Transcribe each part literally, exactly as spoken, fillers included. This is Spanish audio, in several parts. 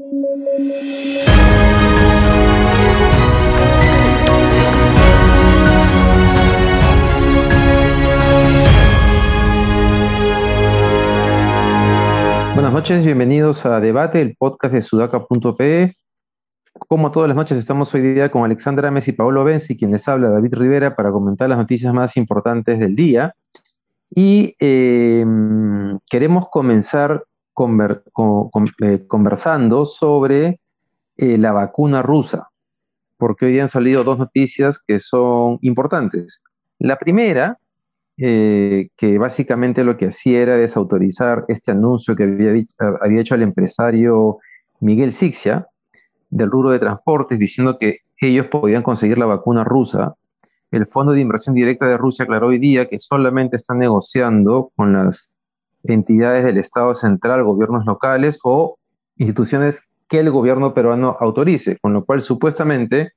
Buenas noches, bienvenidos a Debate, el podcast de sudaca punto pe. Como todas las noches estamos hoy día con Alexandra Ames y Paolo Benzi, quien les habla, David Rivera, para comentar las noticias más importantes del día. Y eh, queremos comenzar conver- con- con- eh, conversando sobre eh, la vacuna rusa, porque hoy día han salido dos noticias que son importantes. La primera, eh, que básicamente lo que hacía era desautorizar este anuncio que había, dicho- había hecho el empresario Miguel Sixia, del rubro de transportes, diciendo que ellos podían conseguir la vacuna rusa. El Fondo de Inversión Directa de Rusia aclaró hoy día que solamente están negociando con las entidades del Estado central, gobiernos locales o instituciones que el gobierno peruano autorice, con lo cual supuestamente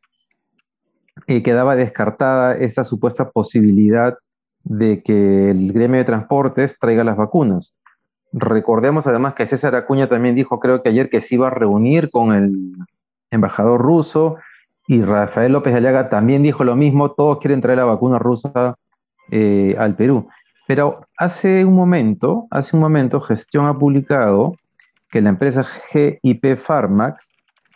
eh, quedaba descartada esta supuesta posibilidad de que el gremio de transportes traiga las vacunas. Recordemos además que César Acuña también dijo, creo que ayer, que se iba a reunir con el embajador ruso, y Rafael López de Aliaga también dijo lo mismo, todos quieren traer la vacuna rusa eh, al Perú. Pero hace un momento, hace un momento, Gestión ha publicado que la empresa G I P Pharmax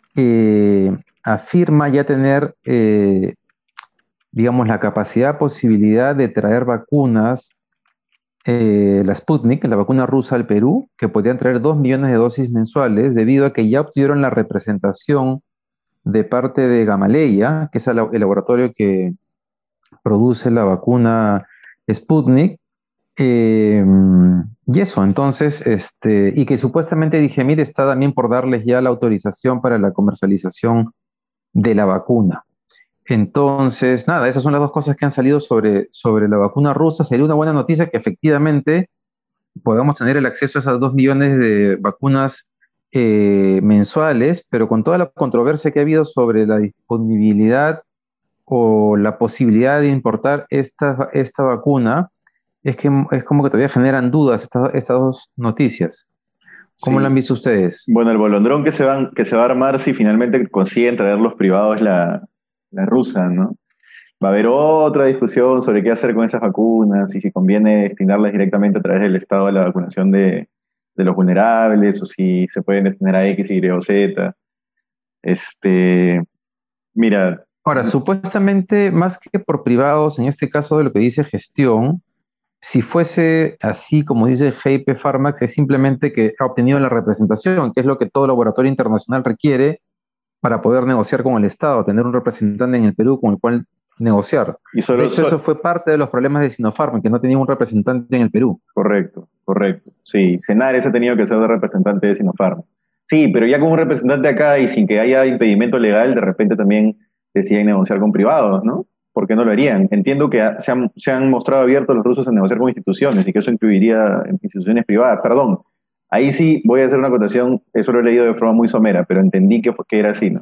eh, afirma ya tener, eh, digamos, la capacidad, posibilidad de traer vacunas, eh, la Sputnik, la vacuna rusa al Perú, que podrían traer dos millones de dosis mensuales, debido a que ya obtuvieron la representación de parte de Gamaleya, que es el, el laboratorio que produce la vacuna Sputnik. eh, y eso, entonces, este, y que supuestamente dije, mire, está también por darles ya la autorización para la comercialización de la vacuna. Entonces, nada, esas son las dos cosas que han salido sobre, sobre la vacuna rusa. Sería una buena noticia que efectivamente podamos tener el acceso a esas dos millones de vacunas eh, mensuales, pero con toda la controversia que ha habido sobre la disponibilidad o la posibilidad de importar esta, esta vacuna, es que es como que todavía generan dudas estas, estas dos noticias. ¿Cómo lo han Sí. visto ustedes? Bueno, el bolondrón que se van, que se va a armar si finalmente consiguen traer los privados la, la rusa, ¿no? Va a haber otra discusión sobre qué hacer con esas vacunas y si conviene destinarlas directamente a través del Estado a la vacunación de, de los vulnerables o si se pueden destinar a X, Y o Z. Este, mira, Ahora, supuestamente, más que por privados, en este caso de lo que dice Gestión, si fuese así como dice G I P Pharmax, es simplemente que ha obtenido la representación, que es lo que todo laboratorio internacional requiere para poder negociar con el Estado, tener un representante en el Perú con el cual negociar. y De solo, hecho, eso so- fue parte de los problemas de Sinopharm, que no tenía un representante en el Perú. correcto, correcto. Sí, Senares ha tenido que ser de representante de Sinopharm. Sí, pero ya con un representante acá y sin que haya impedimento legal, de repente también deciden negociar con privados, ¿no? ¿Por qué no lo harían? Entiendo que ha- se han, se han mostrado abiertos los rusos a negociar con instituciones y que eso incluiría instituciones privadas. Perdón, ahí sí voy a hacer una acotación, eso lo he leído de forma muy somera, pero entendí que, que era así, ¿no?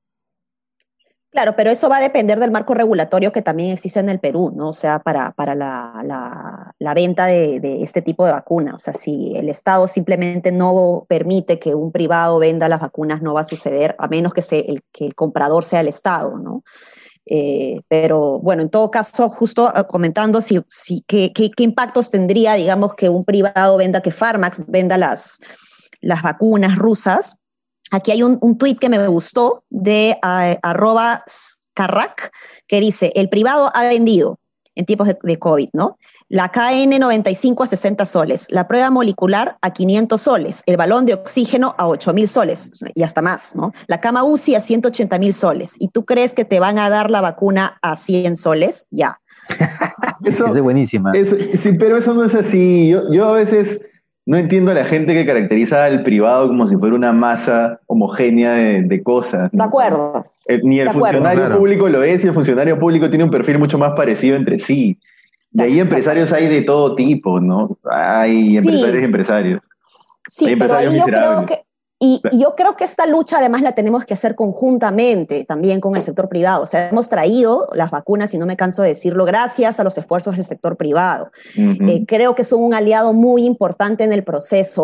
Claro, pero eso va a depender del marco regulatorio que también existe en el Perú, ¿no? O sea, para, para la, la, la venta de, de este tipo de vacunas. O sea, si el Estado simplemente no permite que un privado venda las vacunas, no va a suceder, a menos que, se, el, que el comprador sea el Estado, ¿no? Eh, pero bueno, en todo caso, justo uh, comentando si, si, qué, qué, qué impactos tendría, digamos, que un privado venda, que Pharmax venda las, las vacunas rusas. Aquí hay un, un tuit que me gustó de uh, arroba Carrac, que dice, el privado ha vendido en tiempos de, de COVID, ¿no? La K N noventa y cinco a sesenta soles, la prueba molecular a quinientos soles, el balón de oxígeno a ocho mil soles y hasta más, ¿no? La cama U C I a ciento ochenta mil soles. ¿Y tú crees que te van a dar la vacuna a cien soles? Ya. Eso, Esa es buenísima. es, sí, pero eso no es así. Yo, yo a veces no entiendo a la gente que caracteriza al privado como si fuera una masa homogénea de, de cosas, De ¿no? acuerdo. Eh, ni el De acuerdo. funcionario Claro. público lo es y el funcionario público tiene un perfil mucho más parecido entre sí. De ahí empresarios hay de todo tipo, ¿no? Hay empresarios Sí. y empresarios. Sí, Hay pero empresarios ahí yo creo miserables. que, y, y yo creo que esta lucha además la tenemos que hacer conjuntamente también con el sector privado. O sea, hemos traído las vacunas, y no me canso de decirlo, gracias a los esfuerzos del sector privado. Ujú. Eh, creo que son un aliado muy importante en el proceso,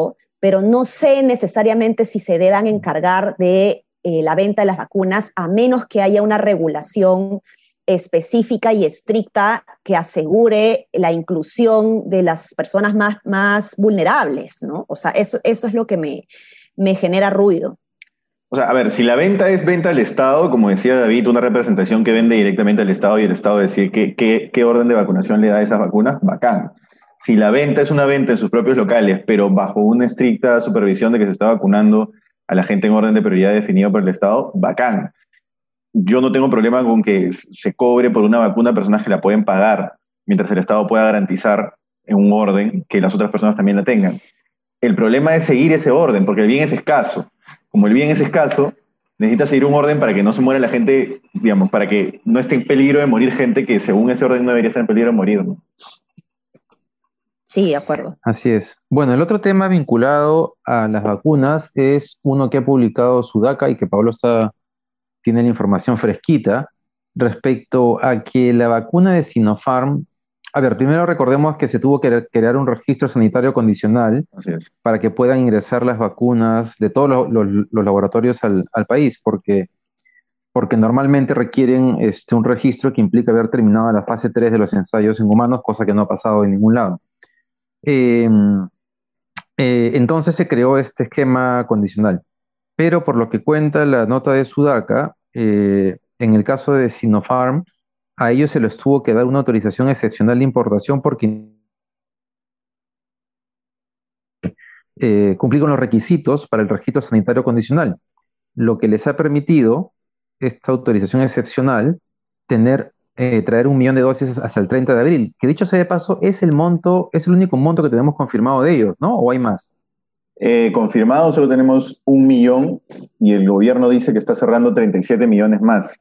pero no sé necesariamente si se deban encargar de eh, la venta de las vacunas, a menos que haya una regulación específica y estricta que asegure la inclusión de las personas más, más vulnerables, ¿no? O sea, eso, eso es lo que me, me genera ruido. O sea, a ver, si la venta es venta al Estado, como decía David, una representación que vende directamente al Estado y el Estado decide qué, qué, qué orden de vacunación le da a esas vacunas, bacán. Si la venta es una venta en sus propios locales, pero bajo una estricta supervisión de que se está vacunando a la gente en orden de prioridad definido por el Estado, bacán. Yo no tengo problema con que se cobre por una vacuna a personas que la pueden pagar, mientras el Estado pueda garantizar en un orden que las otras personas también la tengan. El problema es seguir ese orden, porque el bien es escaso. Como el bien es escaso, necesita seguir un orden para que no se muera la gente, digamos, para que no esté en peligro de morir gente que según ese orden no debería estar en peligro de morir, ¿no? Sí, de acuerdo. Así es. Bueno, el otro tema vinculado a las vacunas es uno que ha publicado Sudaca y que Pablo está, tiene la información fresquita respecto a que la vacuna de Sinopharm, a ver, primero recordemos que se tuvo que crear un registro sanitario condicional Así es. para que puedan ingresar las vacunas de todos los, los- los laboratorios al, al país, porque, porque normalmente requieren este, un registro que implica haber terminado la fase tres de los ensayos en humanos, cosa que no ha pasado en ningún lado. Eh, eh, entonces se creó este esquema condicional. Pero por lo que cuenta la nota de Sudaca, eh, en el caso de Sinopharm, a ellos se les tuvo que dar una autorización excepcional de importación porque eh, cumplir con los requisitos para el registro sanitario condicional, lo que les ha permitido esta autorización excepcional tener, eh, traer un millón de dosis hasta el treinta de abril, que dicho sea de paso, es el monto, es el único monto que tenemos confirmado de ellos, ¿no? ¿O hay más? Eh, confirmado solo tenemos un millón y el gobierno dice que está cerrando treinta y siete millones más.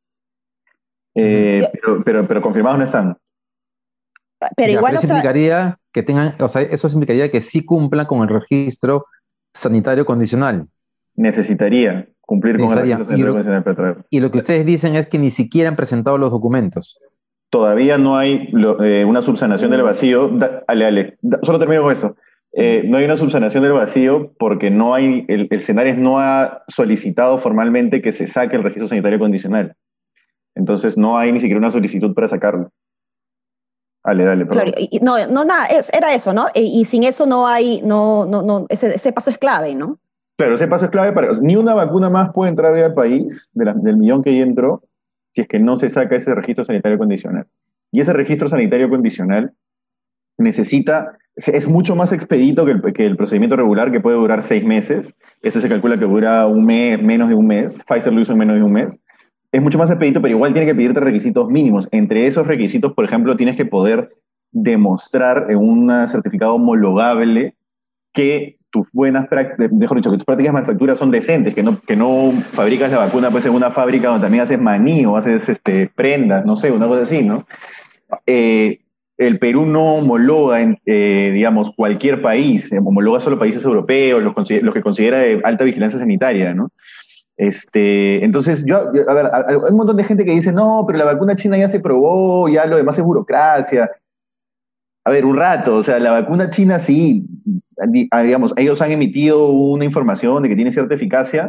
Ujú. Eh, pero, pero, pero confirmados no están. Pero Ya, igual, pero o eso sea, implicaría que tengan, o sea, eso implicaría que sí cumplan con el registro sanitario condicional. Necesitaría cumplir con el registro Necesitarían. Y sanitario lo, condicional para traer. y lo que ustedes dicen es que ni siquiera han presentado los documentos. Todavía no hay lo- eh, una subsanación del mm, vacío. Da- ale, ale, da- solo termino con esto. Eh, no hay una subsanación del vacío porque no hay, el, el Cenares no ha solicitado formalmente que se saque el registro sanitario condicional. Entonces no hay ni siquiera una solicitud para sacarlo. Dale, dale, claro, perdón. y- y no, no, nada, es- era eso, ¿no? Y, y sin eso no hay, no, no, no, ese, ese paso es clave, ¿no? Claro, ese paso es clave para... Ni una vacuna más puede entrar hoy al país, de la- del millón que ya entró, si es que no se saca ese registro sanitario condicional. Y ese registro sanitario condicional necesita... Es es mucho más expedito que el, que el procedimiento regular, que puede durar seis meses. Este se calcula que dura un mes, menos de un mes. Pfizer lo hizo en menos de un mes. Es mucho más expedito, pero igual tiene que pedirte requisitos mínimos. Entre esos requisitos, por ejemplo, tienes que poder demostrar en un certificado homologable que tus buenas prácticas, mejor dicho, que tus prácticas de manufactura son decentes, que no, que no fabricas la vacuna pues en una fábrica donde también haces maní o haces este, prendas, no sé, una cosa así, ¿no? Eh, el Perú no homologa, en, eh, digamos, cualquier país, eh, homologa solo países europeos, los, los que considera de alta vigilancia sanitaria, ¿no? Este, entonces, yo, yo- a ver, hay un montón de gente que dice, no, pero la vacuna china ya se probó, ya lo demás es burocracia. A ver, un rato, o sea, la vacuna china sí, di- ah, digamos, ellos han emitido una información de que tiene cierta eficacia,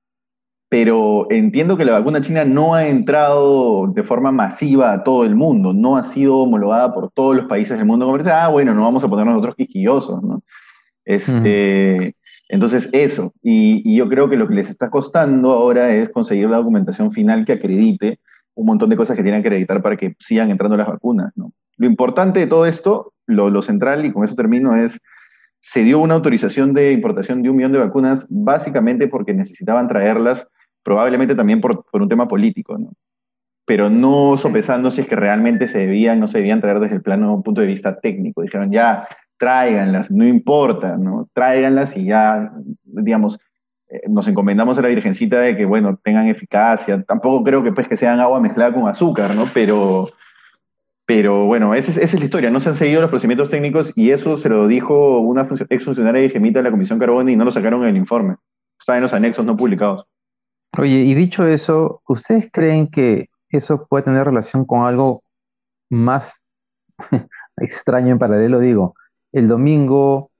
pero entiendo que la vacuna china no ha entrado de forma masiva a todo el mundo, no ha sido homologada por todos los países del mundo. Como dice, ah, bueno, no vamos a ponernos nosotros quisquillosos, ¿no? Ujú. Este, entonces, eso. Y, y yo creo que lo que les está costando ahora es conseguir la documentación final que acredite un montón de cosas que tienen que acreditar para que sigan entrando las vacunas, ¿no? Lo importante de todo esto, lo, lo central, y con eso termino, es se dio una autorización de importación de un millón de vacunas básicamente porque necesitaban traerlas, probablemente también por, por un tema político, ¿no? Pero no Sí. sopesando si es que realmente se debían, no se debían traer desde el plano punto de vista técnico. Dijeron, ya, tráiganlas, no importa, ¿no? Tráiganlas y ya, digamos, eh, nos encomendamos a la Virgencita de que, bueno, tengan eficacia. Tampoco creo que, pues, que sean agua mezclada con azúcar, ¿no? Pero, pero bueno, esa es, esa es la historia. No se han seguido los procedimientos técnicos y eso se lo dijo una func- exfuncionaria de Gemita de la Comisión Carboni y no lo sacaron en el informe. Está en los anexos no publicados. Oye, y dicho eso, ¿ustedes creen que eso puede tener relación con algo más extraño en paralelo? Digo, el domingo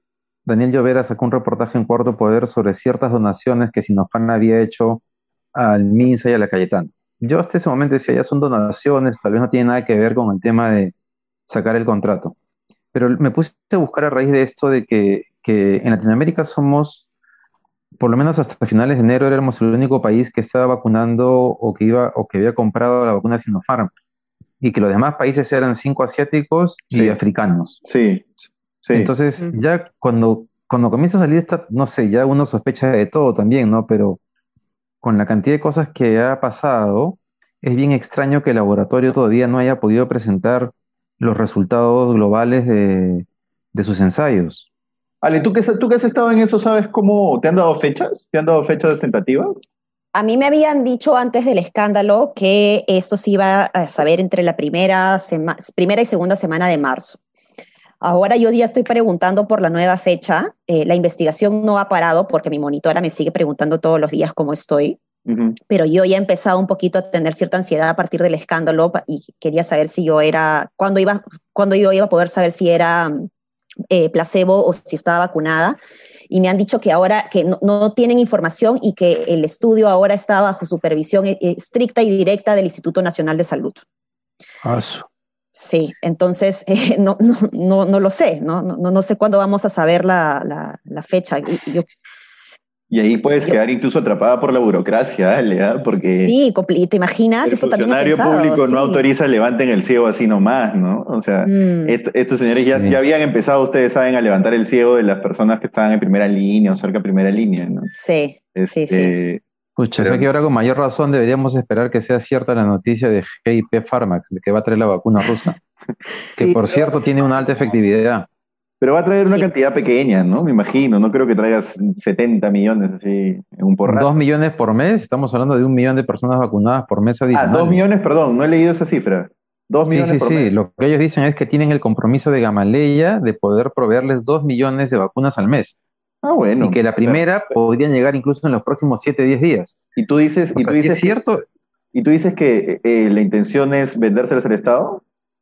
Daniel Llovera sacó un reportaje en Cuarto Poder sobre ciertas donaciones que Sinofan había hecho al MINSA y a la Cayetana. Yo hasta ese momento decía, ya son donaciones, tal vez no tiene nada que ver con el tema de sacar el contrato. Pero me puse a buscar a raíz de esto de que, que en Latinoamérica somos, por lo menos hasta finales de enero, éramos el único país que estaba vacunando o que iba o que había comprado la vacuna Sinopharm y que los demás países eran cinco asiáticos y Sí, africanos. sí, sí. Entonces, Ujú. ya cuando, cuando comienza a salir esta, no sé, ya uno sospecha de todo también, ¿no? Pero con la cantidad de cosas que ha pasado, es bien extraño que el laboratorio todavía no haya podido presentar los resultados globales de, de sus ensayos. Ale, ¿tú que, tú que has estado en eso, sabes cómo te han dado fechas? ¿Te han dado fechas tentativas? A mí me habían dicho antes del escándalo que esto se iba a saber entre la primera, sema- primera y segunda semana de marzo. Ahora yo ya estoy preguntando por la nueva fecha. Eh, la investigación no ha parado porque mi monitora me sigue preguntando todos los días cómo estoy, Ujú. pero yo ya he empezado un poquito a tener cierta ansiedad a partir del escándalo pa- y quería saber si yo era, cuándo iba, cuándo yo iba a poder saber si era eh, placebo o si estaba vacunada. Y me han dicho que ahora que no, no tienen información y que el estudio ahora está bajo supervisión eh, estricta y directa del Instituto Nacional de Salud. Ah, su- Sí, entonces eh, no, no, no, no lo sé, ¿no? No, no sé cuándo vamos a saber la, la, la fecha. Y, y yo, Y ahí puedes yo, quedar incluso atrapada por la burocracia, Ale, ¿ah? Porque sí, compli- ¿te imaginas? el Eso también he funcionario pensado, público no sí. autoriza levanten el ciego así nomás, ¿no? O sea, Mm, est- estos señores ya, ya sí. habían empezado, ustedes saben, a levantar el ciego de las personas que estaban en primera línea o cerca de primera línea, ¿no? sí, sí, sí. Este, Pucha, o pero sea que ahora con mayor razón deberíamos esperar que sea cierta la noticia de G I P Pharmax, de que va a traer la vacuna rusa, que sí, por pero, cierto tiene una alta efectividad. pero va a traer una Sí, cantidad pequeña, ¿no? Me imagino, no creo que traigas setenta millones así en un Dos porrazo. millones por mes, estamos hablando de un millón de personas vacunadas por mes Ah, dos adicionales. millones, perdón, no he leído esa cifra. Dos Sí, millones sí, por sí. mes. Lo que ellos dicen es que tienen el compromiso de Gamaleya de poder proveerles dos millones de vacunas al mes Ah, y bueno. que la Claro. primera podría llegar incluso en los próximos siete diez días. Y tú dices, O y tú sea, si es dices que, cierto, y tú dices que eh, la intención es vendérselas al Estado.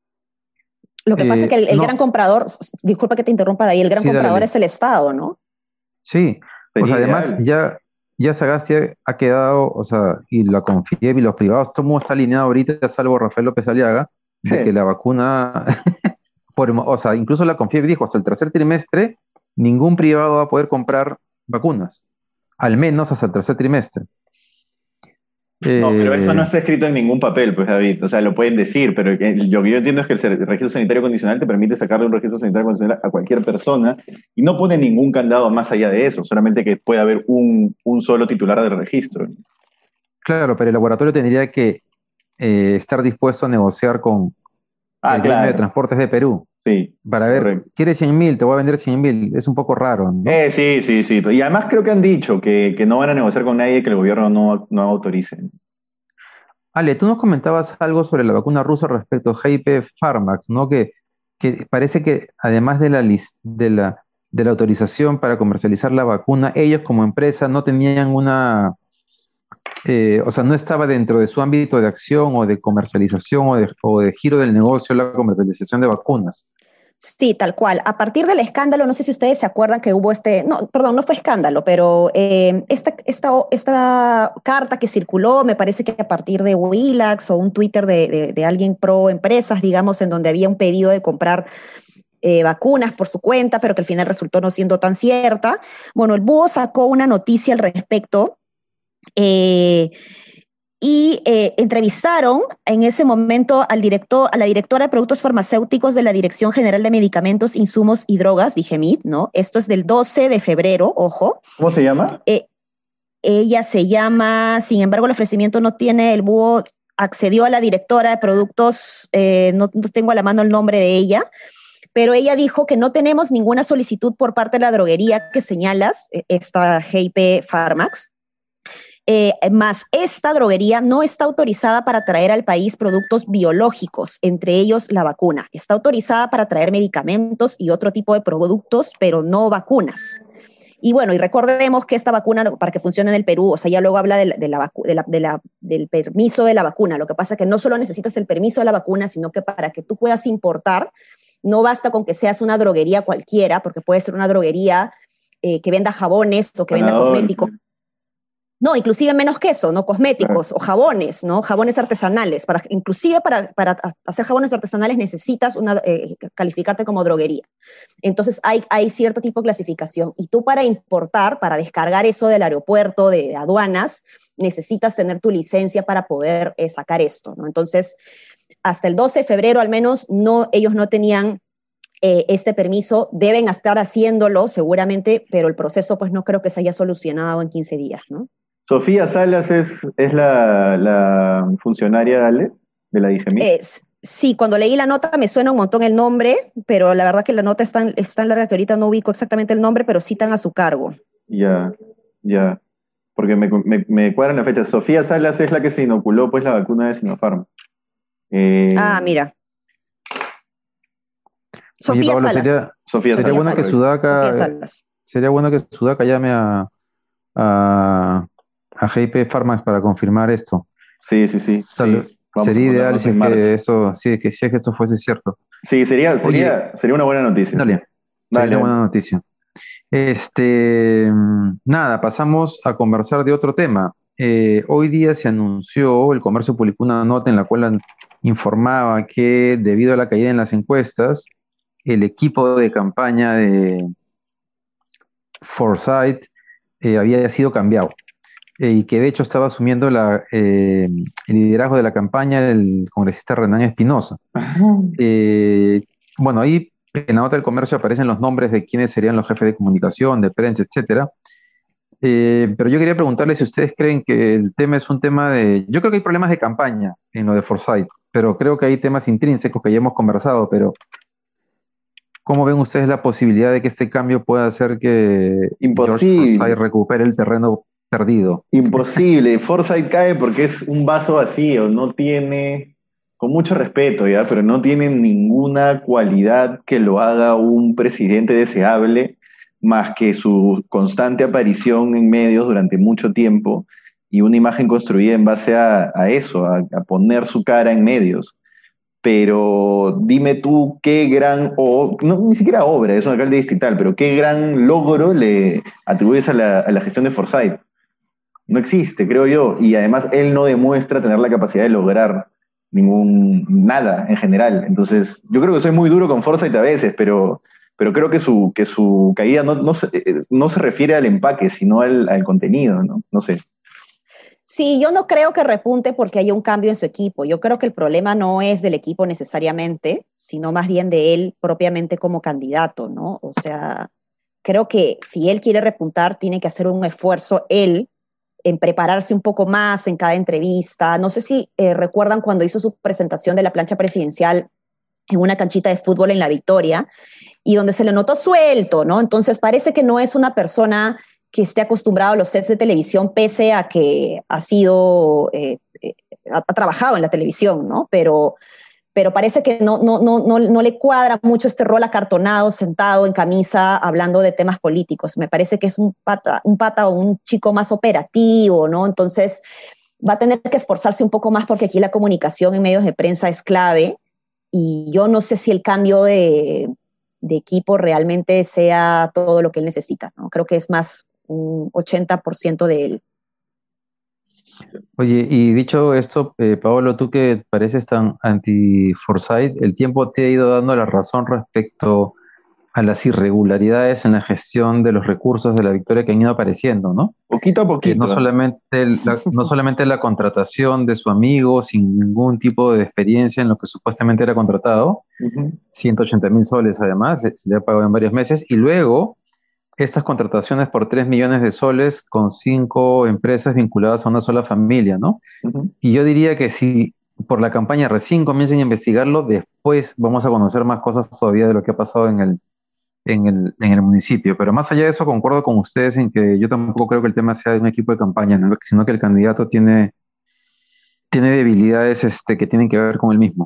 lo que pasa es que eh, el, el gran no, comprador, s- s- disculpa que te interrumpa de ahí, el gran sí, comprador dale. es el Estado, ¿no? Sí, o Sería sea, además ideal. ya, ya Sagasti ha ha quedado, o sea, y la Confiep y los privados, todo el mundo está alineado ahorita, salvo Rafael López Aliaga, de que la vacuna, por, o sea, incluso la Confiep dijo, hasta el tercer trimestre, ningún privado va a poder comprar vacunas, al menos hasta el tercer trimestre. No, pero eso no Eh, está escrito en ningún papel, pues David. O sea, lo pueden decir, pero que- lo que yo entiendo es que el ser- el registro sanitario condicional te permite sacarle un registro sanitario condicional a cualquier persona y no pone ningún candado más allá de eso, solamente que puede haber un, un solo titular del registro. claro, pero el laboratorio tendría que eh, estar dispuesto a negociar con Ah, el gremio de claro, transportes de Perú sí, para ver, correcto. ¿quieres cien mil? Te voy a vender cien mil. Es un poco raro, ¿no? Eh, sí, sí, sí. Y además creo que han dicho que, que no van a negociar con nadie que el gobierno no, no autorice. Ale, tú nos comentabas algo sobre la vacuna rusa respecto a G I P Pharmax, ¿no? Que, que parece que además de la, lis- de la, de la autorización para comercializar la vacuna, ellos como empresa no tenían una, eh, o sea, no estaba dentro de su ámbito de acción o de comercialización o de, o de giro del negocio la comercialización de vacunas. Sí, tal cual. A partir del escándalo, no sé si ustedes se acuerdan que hubo este, no, perdón, no fue escándalo, pero eh, esta, esta, esta carta que circuló, me parece que a partir de Willax o un Twitter de, de, de alguien pro empresas, digamos, en donde había un pedido de comprar eh, vacunas por su cuenta, pero que al final resultó no siendo tan cierta. Bueno, el Búho sacó una noticia al respecto. Eh, y eh, entrevistaron en ese momento al director, a la directora de productos farmacéuticos de la Dirección General de Medicamentos, Insumos y Drogas, Digemid, ¿no? Esto es del doce de febrero, ojo. ¿Cómo se llama? Eh, ella se llama, sin embargo, el ofrecimiento no tiene, el búho accedió a la directora de productos, eh, no, no tengo a la mano el nombre de ella, pero ella dijo que no tenemos ninguna solicitud por parte de la droguería que señalas, esta G I P Pharmax. Eh, más, esta droguería no está autorizada para traer al país productos biológicos, entre ellos la vacuna. Está autorizada para traer medicamentos y otro tipo de productos, pero no vacunas. Y bueno, y recordemos que esta vacuna, para que funcione en el Perú, o sea, ya luego habla de la, de la vacu- de la, de la, del permiso de la vacuna. Lo que pasa es que no solo necesitas el permiso de la vacuna, sino que para que tú puedas importar, no basta con que seas una droguería cualquiera, porque puede ser una droguería eh, que venda jabones o que venda Ganador. cosméticos. No, inclusive menos que eso, ¿no? Cosméticos Claro. o jabones, ¿no? Jabones artesanales. Para, inclusive para, para hacer jabones artesanales necesitas una, eh, calificarte como droguería. Entonces hay, hay cierto tipo de clasificación. Y tú para importar, para descargar eso del aeropuerto, de aduanas, necesitas tener tu licencia para poder eh, sacar esto, ¿no? Entonces, hasta el doce de febrero al menos, no, ellos no tenían eh, este permiso. Deben estar haciéndolo seguramente, pero el proceso pues no creo que se haya solucionado en quince días, ¿no? Sofía Salas es, es la, la funcionaria, Ale, de la DIGEMIT. Es, sí, cuando leí la nota me suena un montón el nombre, pero la verdad que la nota es tan, es tan larga que ahorita no ubico exactamente el nombre, pero citan a su cargo. Ya, ya. Porque me, me, me cuadran la fecha. Sofía Salas es la que se inoculó pues la vacuna de Sinopharm. Eh, Ah, mira. Oye, Sofía Pablo, Salas. sería, Sofía sería Sofía bueno que Salas. Sudaca, Sofía eh, Salas. sería bueno que Sudaca llame a, a, a G I P Pharmax para confirmar esto. Sí, sí, sí, Tal- sí. Vamos a sería ideal ponernos si en es marcha. que esto, sí, que si es que esto fuese cierto. Sí, sería, Oye, sería, sería una buena noticia. Sí. dale, sería Dale, una dale. buena noticia. Este, mm, nada, pasamos a conversar de otro tema. Eh, hoy día se anunció, el comercio publicó una nota en la cual an- informaba que debido a la caída en las encuestas, el equipo de campaña de Forsyth eh, había sido cambiado eh, y que de hecho estaba asumiendo la, eh, el liderazgo de la campaña el congresista Renán Espinosa. Eh, bueno, ahí en la nota del comercio aparecen los nombres de quiénes serían los jefes de comunicación, de prensa, etcétera. Eh, pero yo quería preguntarles si ustedes creen que el tema es un tema de... Yo creo que hay problemas de campaña en lo de Forsyth, pero creo que hay temas intrínsecos que ya hemos conversado, pero ¿cómo ven ustedes la posibilidad de que este cambio pueda hacer que George Forsyth Imposible. recupere el terreno perdido? Imposible. Forsyth cae porque es un vaso vacío, no tiene, con mucho respeto, ¿ya? Pero no tiene ninguna cualidad que lo haga un presidente deseable, más que su constante aparición en medios durante mucho tiempo y una imagen construida en base a, a eso, a, a poner su cara en medios. Pero dime tú qué gran, o no, ni siquiera obra, es un alcalde distrital, pero qué gran logro le atribuyes a la, a la gestión de Forsyth. No existe, creo yo, y además él no demuestra tener la capacidad de lograr ningún, nada en general. Entonces, yo creo que soy muy duro con Forsyth a veces, pero, pero creo que su, que su caída no, no, se, eh, no se refiere al empaque, sino al, al contenido, ¿no? No sé. Sí, yo no creo que repunte porque haya un cambio en su equipo. Yo creo que el problema no es del equipo necesariamente, sino más bien de él propiamente como candidato, ¿no? O sea, creo que si él quiere repuntar, tiene que hacer un esfuerzo él en prepararse un poco más en cada entrevista. No sé si eh, recuerdan cuando hizo su presentación de la plancha presidencial en una canchita de fútbol en La Victoria, y donde se le notó suelto, ¿no? Entonces parece que no es una persona que esté acostumbrado a los sets de televisión, pese a que ha sido, eh, eh, ha, ha trabajado en la televisión, ¿no? Pero, pero parece que no, no, no, no, no le cuadra mucho este rol acartonado, sentado en camisa, hablando de temas políticos. Me parece que es un pata, un pata o un chico más operativo, ¿no? Entonces va a tener que esforzarse un poco más porque aquí la comunicación en medios de prensa es clave, y yo no sé si el cambio de, de equipo realmente sea todo lo que él necesita, ¿no? Creo que es más un ochenta por ciento de él. Oye, y dicho esto, eh, Paolo, tú que pareces tan anti-Forsyth, el tiempo te ha ido dando la razón respecto a las irregularidades en la gestión de los recursos de la Victoria que han ido apareciendo, ¿no? Poquito a Eh, no poquito. solamente la, no solamente la contratación de su amigo sin ningún tipo de experiencia en lo que supuestamente era contratado, Ujú. ciento ochenta mil soles además, le- se le ha pagado en varios meses, y luego estas contrataciones por tres millones de soles con cinco empresas vinculadas a una sola familia, ¿no? Ujú. Y yo diría que si por la campaña recién comiencen a investigarlo, después vamos a conocer más cosas todavía de lo que ha pasado en el, en el, en el municipio. Pero más allá de eso, concuerdo con ustedes en que yo tampoco creo que el tema sea de un equipo de campaña, ¿no? Sino que el candidato tiene, tiene debilidades este, que tienen que ver con él mismo.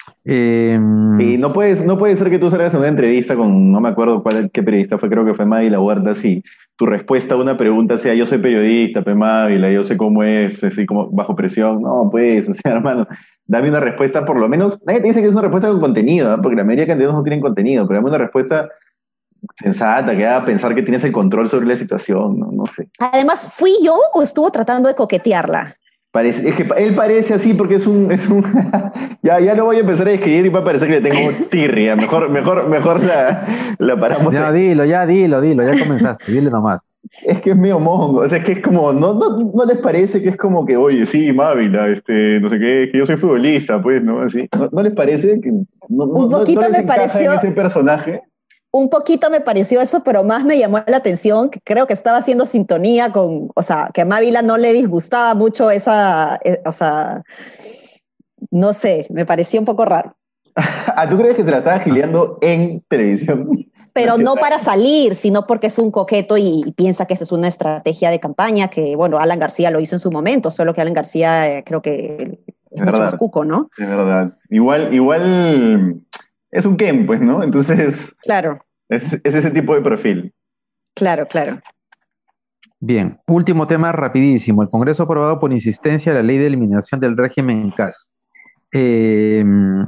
Eh, Y no puedes, no puede ser que tú salgas en una entrevista con, no me acuerdo cuál, qué periodista fue, creo que fue Mávila Huerta, si tu respuesta a una pregunta sea yo soy periodista, pe Mávila, yo sé cómo es, así como bajo presión. No, pues, o sea, hermano, dame una respuesta por lo menos, nadie te dice que es una respuesta con contenido, ¿no? Porque la mayoría de candidatos no tienen contenido, pero dame una respuesta sensata, que haga pensar que tienes el control sobre la situación, no, no sé. Además, ¿fui yo o estuvo tratando de coquetearla? Parece, es que él parece así porque es un, es un ya, ya lo voy a empezar a escribir y va a parecer que le tengo tirria. Mejor, mejor, mejor la, la paramos ya ahí. dilo, ya dilo, dilo, ya comenzaste, dile nomás. Es que es medio mongo, o sea, es que es como, no, no, no les parece que es como que, oye, sí, Mávila, este, no sé qué, que yo soy futbolista, pues, ¿no? Así, ¿no, no les parece que no, no, Un no, no poquito les me encaja en pareció, ese personaje? un poquito me pareció eso, pero más me llamó la atención que creo que estaba haciendo sintonía con, o sea, que a Mávila no le disgustaba mucho esa, eh, o sea, no sé, me pareció un poco raro. Ah, ¿tú crees que se la estaba gileando en televisión Pero no nacional? para salir, sino porque es un coqueto y, y piensa que esa es una estrategia de campaña que, bueno, Alan García lo hizo en su momento, solo que Alan García eh, creo que Es es mucho más verdad, cuco, ¿no? es verdad. Igual, igual es un Ken, pues, ¿no? Entonces, Claro, es, es ese tipo de perfil. claro, claro. Bien, último tema rapidísimo. El Congreso ha aprobado por insistencia la ley de eliminación del régimen C A S. Eh,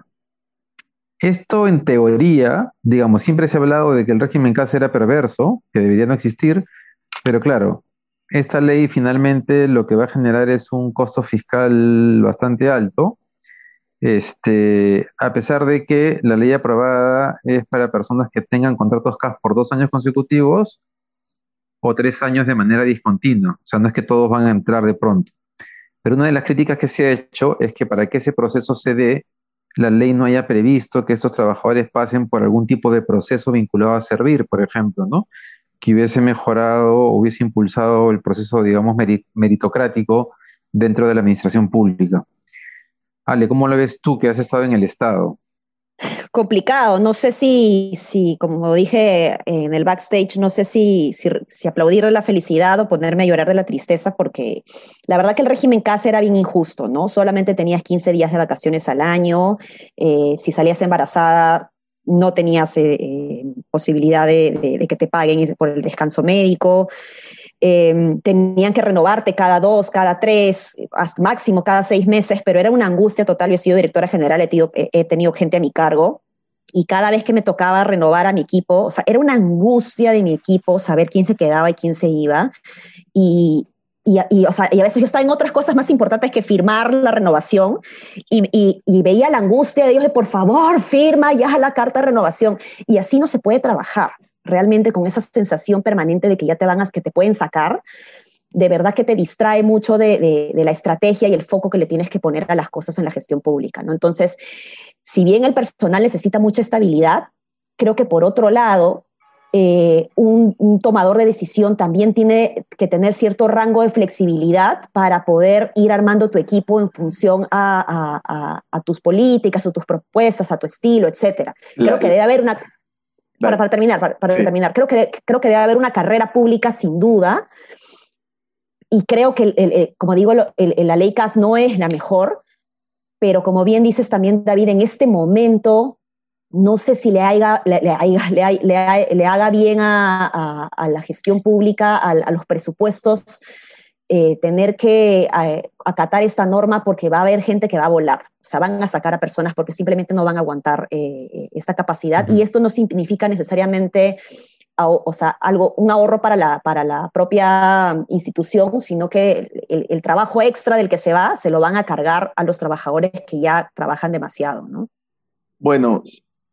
Esto en teoría, digamos, siempre se ha hablado de que el régimen C A S era perverso, que debería no existir, pero claro, esta ley finalmente lo que va a generar es un costo fiscal bastante alto, este, a pesar de que la ley aprobada es para personas que tengan contratos C A S por dos años consecutivos o tres años de manera discontinua, o sea, no es que todos van a entrar de pronto. Pero una de las críticas que se ha hecho es que para que ese proceso se dé, la ley no haya previsto que estos trabajadores pasen por algún tipo de proceso vinculado a servir, por ejemplo, ¿no? Que hubiese mejorado, hubiese impulsado el proceso, digamos, meri- meritocrático dentro de la administración pública. Ale, ¿cómo lo ves tú que has estado en el Estado? Complicado, no sé si, si, como dije en el backstage, no sé si, si, si aplaudir de la felicidad o ponerme a llorar de la tristeza, porque la verdad que el régimen C A S era bien injusto, ¿no? Solamente tenías quince días de vacaciones al año, eh, si salías embarazada no tenías eh, eh, posibilidad de, de, de, que te paguen por el descanso médico, eh, tenían que renovarte cada dos, cada tres, hasta máximo cada seis meses, pero era una angustia total. Yo he sido directora general, he tenido, he tenido gente a mi cargo y cada vez que me tocaba renovar a mi equipo, o sea, era una angustia de mi equipo saber quién se quedaba y quién se iba. Y, y, y, o sea, y a veces yo estaba en otras cosas más importantes que firmar la renovación y, y, y veía la angustia de ellos de por favor, firma ya la carta de renovación. Y así no se puede trabajar realmente con esa sensación permanente de que ya te van a, que te pueden sacar. De verdad que te distrae mucho de, de, de la estrategia y el foco que le tienes que poner a las cosas en la gestión pública, ¿no? Entonces, si bien el personal necesita mucha estabilidad, creo que por otro lado, eh, un, un tomador de decisión también tiene que tener cierto rango de flexibilidad para poder ir armando tu equipo en función a, a, a, a tus políticas, a tus propuestas, a tu estilo, etcétera. Creo que debe haber una... Para, para terminar, para, para sí. terminar, creo que, creo que debe haber una carrera pública sin duda, y creo que, el, el, como digo, el, el, la ley C A S no es la mejor, pero como bien dices también, David, en este momento no sé si le haga, le, le, le, le, le haga bien a, a, a, la gestión pública, a, a los presupuestos, eh, tener que a, acatar esta norma porque va a haber gente que va a volar. O sea, van a sacar a personas porque simplemente no van a aguantar eh, esta capacidad. Uh-huh. Y esto no significa necesariamente o sea, algo, un ahorro para la, para la propia institución, sino que el, el trabajo extra del que se va se lo van a cargar a los trabajadores que ya trabajan demasiado, ¿no? Bueno,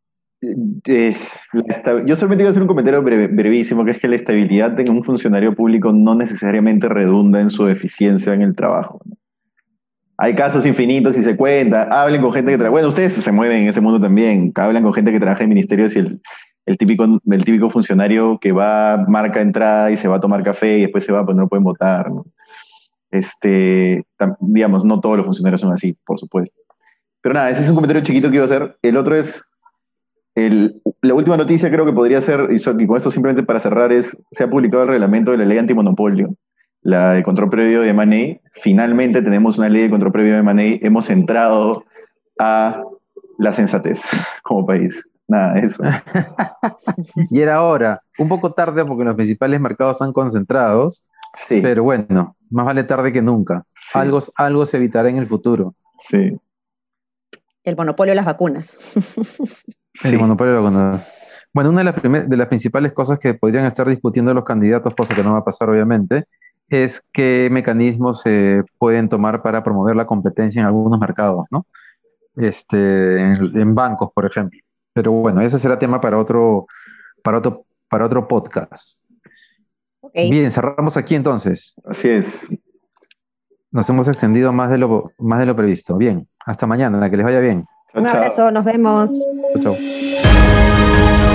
eh, yo solamente iba a hacer un comentario breve, brevísimo, que es que la estabilidad en un funcionario público no necesariamente redunda en su eficiencia en el trabajo, ¿no? Hay casos infinitos y se cuenta. Hablen con gente que trabaja. Bueno, ustedes se mueven en ese mundo también. Hablan con gente que trabaja en ministerios y el, el, típico, el típico funcionario que va, marca entrada y se va a tomar café y después se va, pues no lo pueden votar, ¿no? Este, digamos, no todos los funcionarios son así, por supuesto. Pero nada, ese es un comentario chiquito que iba a hacer. El otro es, el, la última noticia creo que podría ser, y con esto simplemente para cerrar, es, se ha publicado el reglamento de la ley antimonopolio, la de control previo de M and A. Finalmente tenemos una ley de control previo de M and A. Hemos entrado a La sensatez como país. Nada, eso. Y era hora, un poco tarde porque los principales mercados están concentrados, Sí, pero bueno, más vale tarde que nunca. sí, Algo, algo se evitará en el futuro. sí, El monopolio de las vacunas. El sí. monopolio de la vacunación. Bueno, una de las, primer- de las principales cosas que podrían estar discutiendo los candidatos, cosa que no va a pasar obviamente, es qué mecanismos se pueden tomar para promover la competencia en algunos mercados, ¿no? Este, en, en bancos, por ejemplo. Pero bueno, ese será tema para otro, para otro, para otro podcast. Ok, Bien, cerramos aquí entonces. Así es. Nos hemos extendido más de lo, más de lo previsto. Bien, hasta mañana, que les vaya bien. Chao, un chao. abrazo, nos vemos. Chau, chau.